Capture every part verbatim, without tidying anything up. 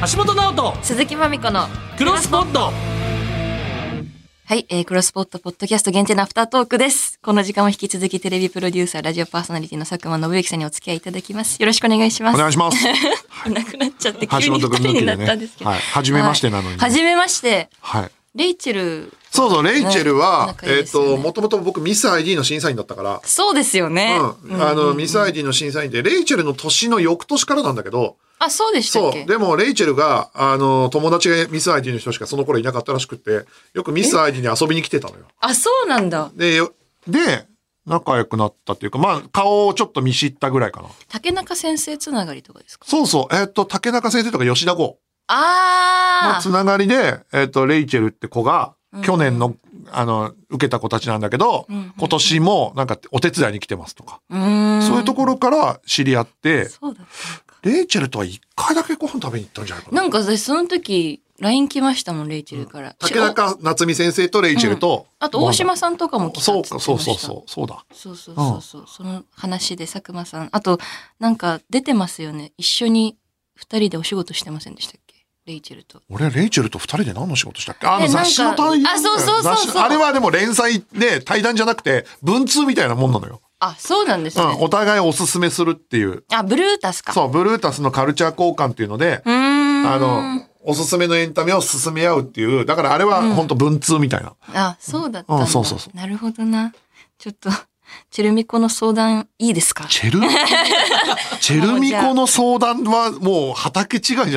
橋本直人鈴木まみこのクロスポット。 はい、えー、クロスポットポッドキャスト限定のアフタートークです。この時間は引き続きテレビプロデューサーラジオパーソナリティの佐久間信之さんにお付き合いいただきます。よろしくお願いします。 お願いします。 いなくなっちゃって急にふたりになったんですけど、 はい、初めましてなのに、ね、 はい、初めまして、 はい、 レイチェル、 そうそう、レイチェルは、 ね、 えっ、ー、ともともと僕ミス アイディー の審査員だったから。 そうですよね、 うん、あの、うん、ミス アイディー の審査員でレイチェルの年の翌年からなんだけど。 あ、そうでしたっけ。 そう。でもレイチェルがあの友達がミス アイディー の人しかその頃いなかったらしくて、よくミス アイディー に遊びに来てたのよ。 あ、そうなんだ。 でで仲良くなったっていうか、まあ顔をちょっと見知ったぐらいかな。 竹中先生つながりとかですか。 そうそう、えっ、ー、と竹中先生とか吉田剛あのつながりで、えっ、ー、とレイチェルって子が去年の、うん、あの受けた子たちなんだけど、うんうんうん、今年もなんかお手伝いに来てますとか、うーん、そういうところから知り合って、 そうだった。 レイチェルとは一回だけご飯食べに行ったんじゃないかな。 なんか私その時 ライン 来ましたもん、レイチェルから、うん、 竹中夏実先生とレイチェルと、 うん、あと大島さんとかも来たって言ってました。 そうそうそうそうだそうそうそうそう、うん、その話で佐久間さん、あとなんか出てますよね、一緒に二人でお仕事してませんでしたっけ、レイチェルと。 俺レイチェルと二人で何の仕事したっけ。あの雑誌の対談。 あ、そうそうそうそう。 あれはでも連載で対談じゃなくて文通みたいなもんなのよ。 あ、そうなんですね、うん、 お互いおすすめするっていう。 あ、ブルータスか。 そう、ブルータスのカルチャー交換っていうので、うーん、あのおすすめのエンタメを進め合うっていう、だからあれは本当文通みたいな、 うん、あ、そうだったんだ、 うん、そうそうそう。 なるほどな。ちょっとチェルミコの相談いいですか。 チェルチェルミコの相談はもう畑違いじゃない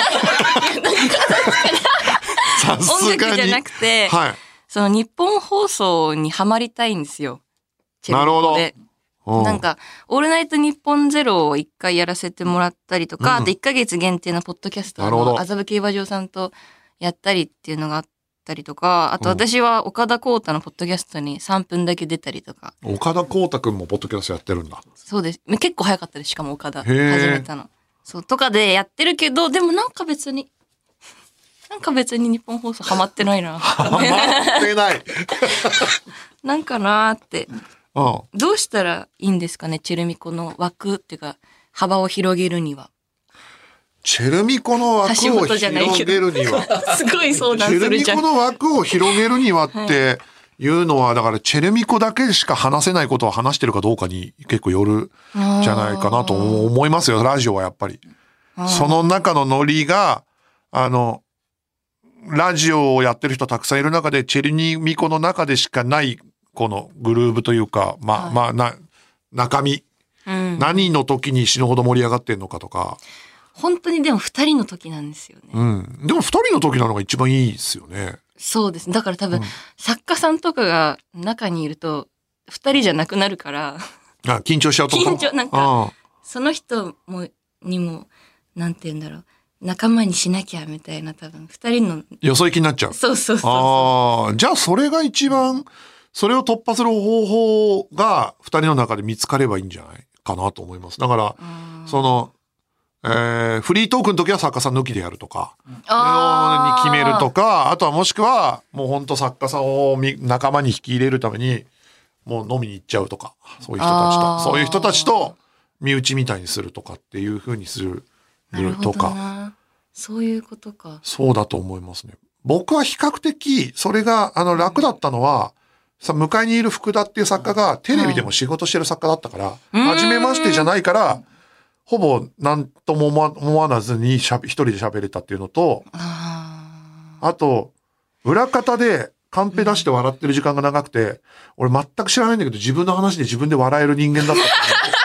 さすがに。 音楽じゃなくて、はい、その日本放送にハマりたいんですよ、チェルミコで。なんかオールナイトニッポンゼロを一回やらせてもらったりとか、うん、あといっかげつ限定のポッドキャストの麻布競馬場さんとやったりっていうのがあったりとか、あと私は岡田浩太のポッドキャストにさんぷんだけ出たりとか。 岡田浩太くんもポッドキャストやってるんだ。 そうです。結構早かったです。しかも岡田始めたの。そうとかでやってるけど、でもなんか別になんか別に日本放送ハマってないな。 ハマってない。 なんかなーって。 うん、 どうしたらいいんですかね、チェルミコの枠っていうか幅を広げるには。 チェルミコの枠を広げるにはすごい相談するじゃん。 チェルミコの枠を広げるにはっていうのは、だからチェルミコだけしか話せないことを話してるかどうかに結構よるじゃないかなと思いますよ。ラジオはやっぱりその中のノリが、あのラジオをやってる人たくさんいる中でチェルミコの中でしかないこのグルーブというか、まあ、はい、まあな中身、うん、何の時に死ぬほど盛り上がってんのかとか。 本当にでも二人の時なんですよね。 うん、でも二人の時なのが一番いいですよね。 そうです。だから多分、うん、作家さんとかが中にいると二人じゃなくなるから。 あ、緊張しちゃうとか。 緊張なんかその人もにもなんて言うんだろう。仲間にしなきゃみたいな、多分二人のよそ行きになっちゃう。 そうそうそうそう。 ああ、じゃあそれが一番。それを突破する方法が二人の中で見つかればいいんじゃないかなと思います。だから、その、えー、フリートークの時は作家さん抜きでやるとか、に決めるとか、あとはもしくは、もう本当作家さんを仲間に引き入れるために、もう飲みに行っちゃうとか、そういう人たちと、そういう人たちと身内みたいにするとかっていう風にするとか。 そういうことか。 そうだと思いますね。僕は比較的、それが、あの、楽だったのは、さ、向かいにいる福田っていう作家がテレビでも仕事してる作家だったから、初めましてじゃないから、ほぼ何とも思わずにしゃ一人で喋れたっていうのと、あと、裏方でカンペ出して笑ってる時間が長くて、俺全く知らないんだけど、自分の話で自分で笑える人間だった。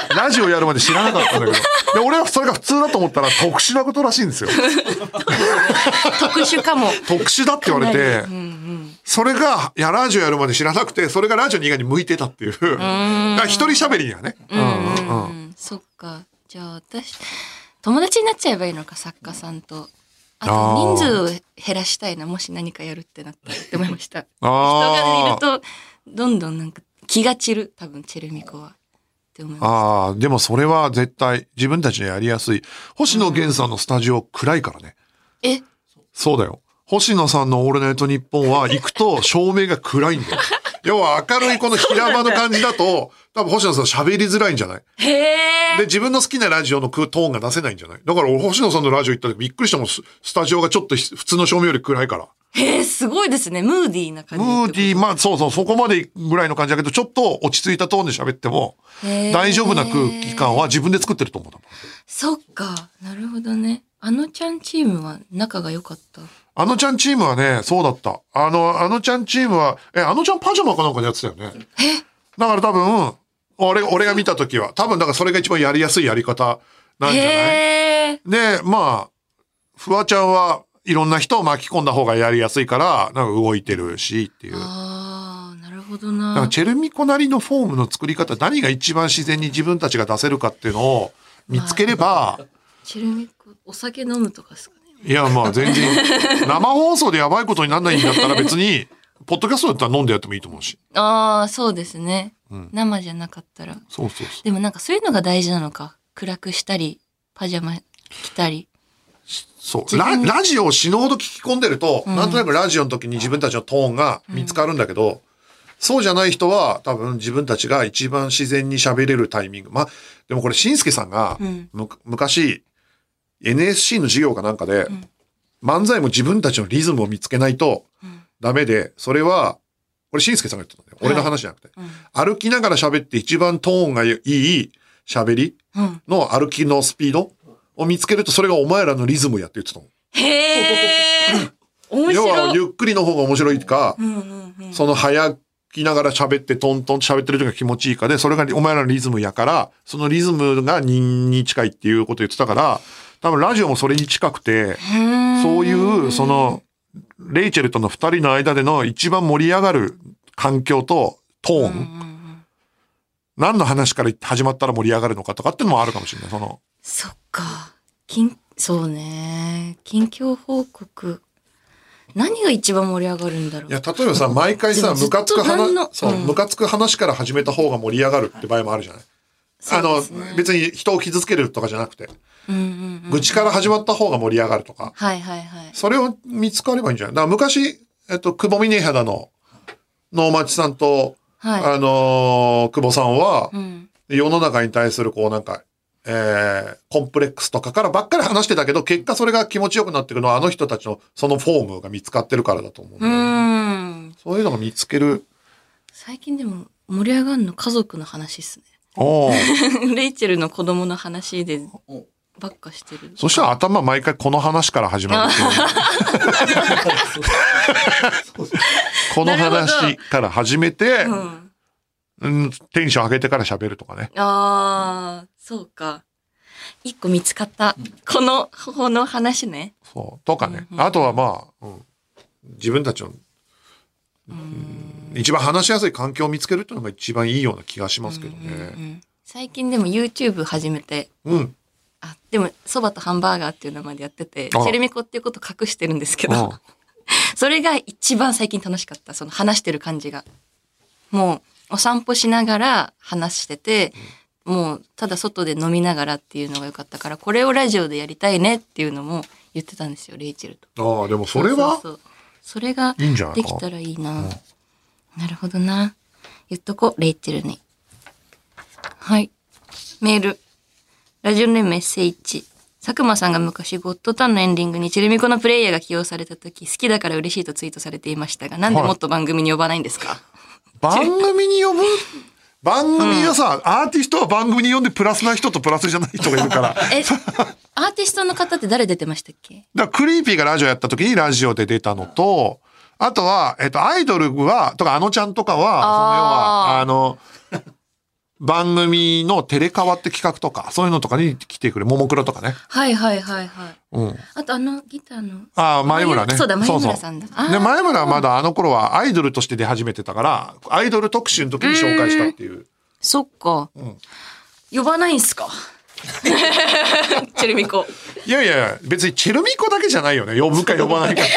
ラジオやるまで知らなかったんだけど、で俺はそれが普通だと思ったら特殊なことらしいんですよ。 特殊かも。 特殊だって言われて、うんうん、それがいやラジオやるまで知らなくて、それがラジオに意外に向いてたっていう。一人喋りにはね。 うんうんうん、そっか。じゃあ私友達になっちゃえばいいのか、作家さんと。あと人数を減らしたいな、もし何かやるってなったらって思いました。人がいるとどんどんなんか気が散る、多分チェルミコは。 ああ、でもそれは絶対自分たちにやりやすい。星野源さんのスタジオ暗いからね。 え？ そうだよ。星野さんのオールナイトニッポンは行くと照明が暗いんだよ。 要は明るいこの平場の感じだと、多分星野さん喋りづらいんじゃない？ へー。 で、自分の好きなラジオのトーンが出せないんじゃない？だから俺星野さんのラジオ行った時びっくりしたもん。スタジオがちょっと普通の照明より暗いから。 へー、すごいですね。ムーディーな感じ。 ムーディー、まあそうそう、そこまでぐらいの感じだけど、ちょっと落ち着いたトーンで喋っても、大丈夫な空気感は自分で作ってると思う。 そっか。なるほどね。あのちゃんチームは仲が良かった。 あのちゃんチームはね、そうだった。あの、あのちゃんチームは、え、あのちゃんパジャマかなんかでやってたよね。 えだから多分、俺、俺が見たときは、多分だからそれが一番やりやすいやり方なんじゃない？ へで、まあ、フワちゃんはいろんな人を巻き込んだ方がやりやすいから、なんか動いてるしっていう。 ああ、なるほどな。 だからチェルミコなりのフォームの作り方、何が一番自然に自分たちが出せるかっていうのを見つければ。 チェルミコ、お酒飲むとかですかね。 いや、まあ全然、生放送でやばいことにならないんだったら別に、ポッドキャストだったら飲んでやってもいいと思うし。 ああ、そうですね、 うん。 生じゃなかったら。 そうそうそう。 でもなんかそういうのが大事なのか。暗くしたり、パジャマ着たり。 そうラ。ラジオを死ぬほど聞き込んでると、うん、なんとなくラジオの時に自分たちのトーンが見つかるんだけど、うん、そうじゃない人は多分自分たちが一番自然に喋れるタイミング。まあ、でもこれ、しんすけさんが、うん、む昔、エヌエスシー の授業かなんかで、うん、漫才も自分たちのリズムを見つけないとダメで、それは、これしんすけさんが言ってたんだよ。俺の話じゃなくて。はい、歩きながら喋って一番トーンがいい喋りの歩きのスピードを見つけると、それがお前らのリズムやって言ってたの。 へー。面白い。 要は、ゆっくりの方が面白いか、うんうんうん、その早きながら喋ってトントンと喋ってる時が気持ちいいかで、それがお前らのリズムやから、そのリズムが人に近いっていうことを言ってたから、多分ラジオもそれに近くて、そういう、その、レイチェルとの二人の間での一番盛り上がる環境とトーン、うんうんうん、何の話から始まったら盛り上がるのかとかっていうのもあるかもしれない。そのそっか。近、そうね。近況報告。何が一番盛り上がるんだろう。 いや、例えばさ、毎回さ、ムカつく話、そう、ムカつく話から始めた方が盛り上がるって場合もあるじゃない。あの、ね、別に人を傷つけるとかじゃなくて、うんうんうん、愚痴から始まった方が盛り上がるとか、 はいはいはい。 それを見つかればいいんじゃない？だから昔、えっと、久保峰肌の能町さんと、はい、あのー、久保さんは、うん、世の中に対するこうなんか、えー、コンプレックスとかからばっかり話してたけど、結果それが気持ちよくなってくるのはあの人たちのそのフォームが見つかってるからだと思うんだよね。うん。そういうのが見つける。 最近でも盛り上がるの家族の話っすね。おレイチェルの子供の話でばっかしてる。 そしたら頭毎回この話から始まるっていう。この話から始めて、うんうん、テンション上げてから喋るとかね。 ああ、そうか。一個見つかった。この、この話ね。 そう。とかね。うんうん、あとはまあ、うん、自分たちの、うん、一番話しやすい環境を見つけるっていうのが一番いいような気がしますけどね。うんうんうん、 最近でも YouTube 始めて、うん、あ、でもそばとハンバーガーっていう名前でやってて、チェルミコっていうこと隠してるんですけど、それが一番最近楽しかった。その話してる感じが。もう、お散歩しながら話してて、うん、もうただ外で飲みながらっていうのが良かったから、これをラジオでやりたいねっていうのも言ってたんですよ、レイチェルと。 ああ、でもそれはそうそうそう、 それができたらいいな。いいんじゃないか。うん、なるほどな。言っとこう、レイチェルに。はい。メール。ラジオネーム エスエイチ。佐久間さんが昔ゴッドタンのエンディングにチェルミコのプレイヤーが起用された時、好きだから嬉しいとツイートされていましたが、なんでもっと番組に呼ばないんですか？はい、 番組に呼ぶ番組はさ、うん、アーティストは番組に呼んでプラスな人とプラスじゃない人がいるから。 え、アーティストの方って誰出てましたっけ？ だからクリーピーがラジオやった時にラジオで出たのと、あとは、えっと、アイドルは、とかあのちゃんとかは、その要は、あの、番組のテレカワって企画とか、そういうのとかに来てくれ、ももクロとかね。 はいはいはいはい。うん。あとあのギターの。 ああ、前村ね。 そうだ、前村さんだ。そうそうで、前村はまだあの頃はアイドルとして出始めてたから、アイドル特集の時に紹介したっていう。うそっか。うん。呼ばないんすか？チェルミコ。 いやいや、別にチェルミコだけじゃないよね。呼ぶか呼ばないかって。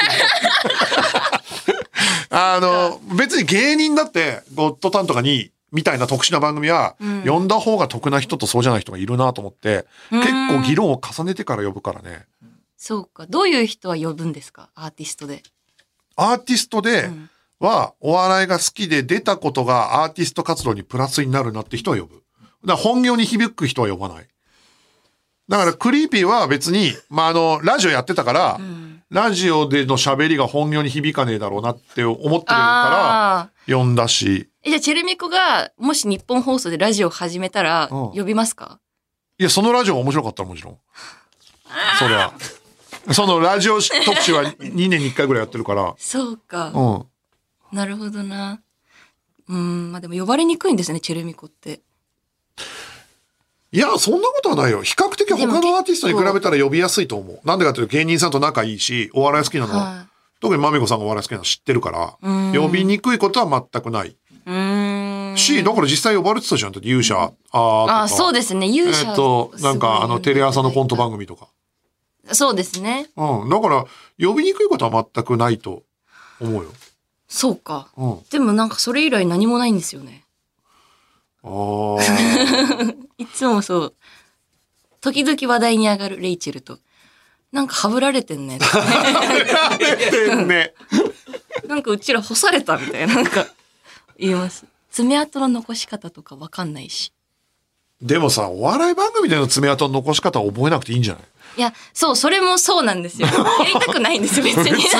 あの、別に芸人だって、ゴッドタンとかに、みたいな特殊な番組は、うん、呼んだ方が得な人とそうじゃない人がいるなと思って、結構議論を重ねてから呼ぶからね。 そうか。どういう人は呼ぶんですか？アーティストで。 アーティストで、うん、 はお笑いが好きで出たことがアーティスト活動にプラスになるなって人は呼ぶ。だから本業に響く人は呼ばない。だからクリーピーは別に、まあ、あの、ラジオやってたから、うん、ラジオでの喋りが本業に響かねえだろうなって思ってるから、呼んだし。 え、じゃあチェルミコが、もし日本放送でラジオ始めたら、呼びますか？ いや、そのラジオが面白かったらもちろん。そりゃ。そのラジオ特集はにねんにいっかいぐらいやってるから。 そうか。 うん。 なるほどな。うん、まあでも呼ばれにくいんですね、チェルミコって。 いや、そんなことはないよ。比較的他のアーティストに比べたら呼びやすいと思う。なんでかというと芸人さんと仲いいし、お笑い好きなのは、はい、特にまみこさんがお笑い好きなの知ってるから、呼びにくいことは全くない。 うーんし、だから実際呼ばれてたじゃん。だって勇者、あーとか。 あ、そうですね、勇者。 えっと、なんかあのテレ朝のコント番組とか。 そうですね。 うん。だから、呼びにくいことは全くないと思うよ。 そうか。 うん。 でもなんかそれ以来何もないんですよね。 ああ。 いつもそう。時々話題に上がるレイチェルと。なんかはぶられてんね。 はぶられてんね。 なんかうちら干されたみたいな。なんか言います。爪痕の残し方とかわかんないし。 でもさ、お笑い番組での爪痕の残し方は覚えなくていいんじゃない？ いや、そう、それもそうなんですよ。やりたくないんですよ、別に。別に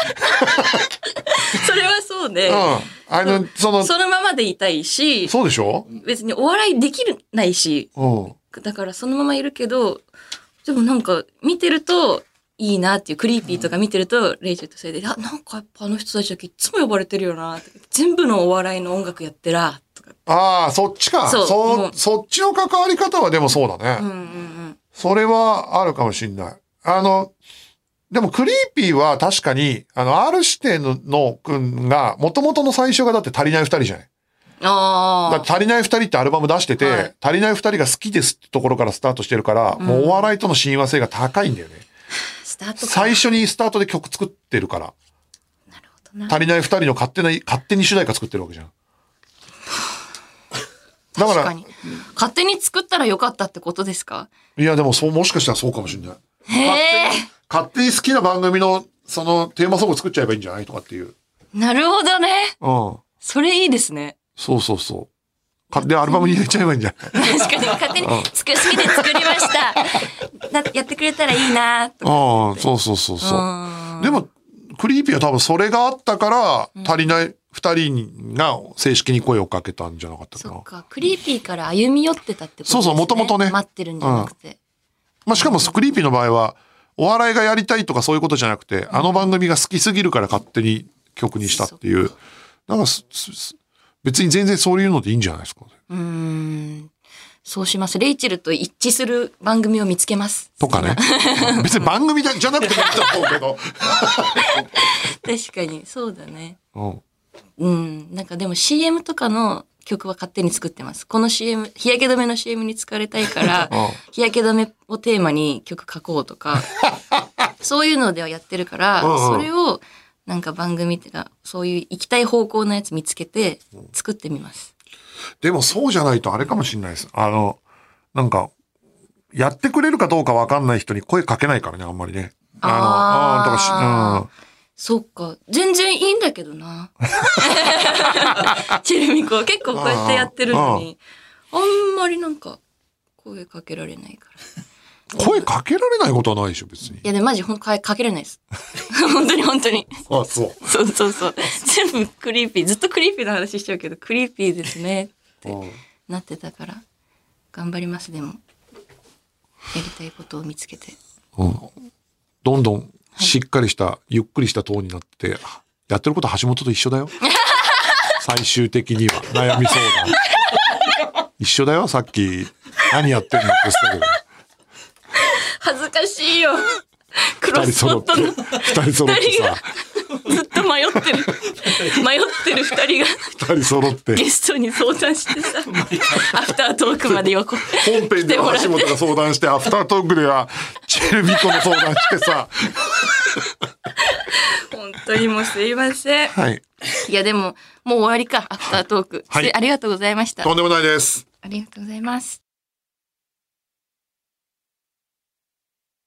それはそうで、うん、 あの、その、 そのままでいたいし、 そうでしょ？ 別にお笑いできないし、 うん、 だからそのままいるけど、でもなんか見てるといいなっていう、クリーピーとか見てると、レイチェルとそれで、あ、なんかやっぱあの人たちだけいつも呼ばれてるよな、全部のお笑いの音楽やってら、とか。 ああ、そっちか。そう、そ、そっちの関わり方はでもそうだね。 うんうんうん、 それはあるかもしれない。あの、でもクリーピーは確かに、あの、R 指定ののくんが、元々の最初がだって足りない二人じゃない。 ああ。 だって足りない二人ってアルバム出してて、はい、足りない二人が好きですってところからスタートしてるから、うん、もうお笑いとの親和性が高いんだよね。 スタートか。 最初にスタートで曲作ってるから。 なるほどな。 足りない二人の勝手な、勝手に主題歌作ってるわけじゃん。だから、 確かに。勝手に作ったらよかったってことですか？ いや、でもそう、もしかしたらそうかもしれない。 へえ。 勝手に好きな番組の、その、テーマソング作っちゃえばいいんじゃないとかっていう。 なるほどね。 うん。 それいいですね。 そうそうそう。勝手にアルバムに入れちゃえばいいんじゃない？ 確かに、勝手に、つく、好きで作りました。だやってくれたらいいなとか。 ああ、そうそうそうそう。でも、クリーピーは多分それがあったから、足りない二人が正式に声をかけたんじゃなかったかな。 そっか。クリーピーから歩み寄ってたってことですね。 そうそう、もともとね。 待ってるんじゃなくて。うん、 まあ、しかもクリーピーの場合は、お笑いがやりたいとかそういうことじゃなくて、うん、あの番組が好きすぎるから勝手に曲にしたっていう。なんか別に全然そういうのでいいんじゃないですか、ね。 うーん。そうします。レイチェルと一致する番組を見つけます。 とかね。別に番組じゃなくてもいいと思うけど。 確かに、そうだね。 うん。 うん。なんかでも シーエム とかの曲は勝手に作ってます。この シーエム、日焼け止めの シーエム に使われたいから、うん、日焼け止めをテーマに曲書こうとか、そういうのではやってるから、うんうん、それをなんか番組っていうか、そういう行きたい方向のやつ見つけて作ってみます。 でもそうじゃないとあれかもしれないです。あの、なんか、やってくれるかどうかわかんない人に声かけないからね、あんまりね。あの、ああ、だから、うん。 そっか。全然いいんだけどな。チェルミコ結構こうやってやってるのに、あんまりなんか声かけられないから。 声かけられないことはないでしょ、別に。いや、でもマジほんとかけられないです。本当に本当に。 あ、そう。 そうそうそう。全部クリーピー。ずっとクリーピーの話しちゃうけど、クリーピーですねってなってたから、頑張ります、でも。やりたいことを見つけて。 うん。どんどんしっかりした、はい、ゆっくりしたトーンになって、やってること橋本と一緒だよ。最終的には悩み相談。一緒だよ、さっき。何やってんのって言ってたけど。 恥ずかしいよ。クロスポットの二人揃ってさ。 ずっと迷ってる。迷ってる二人が。 二人揃って。 ゲストに相談してさ。アフタートークまで横。 本編では橋本が相談して、アフタートークではチェルミコの相談してさ。 本当にもうすいません。 はい。 いやでも、もう終わりか、アフタートーク。はい。ありがとうございました。 とんでもないです。 ありがとうございます。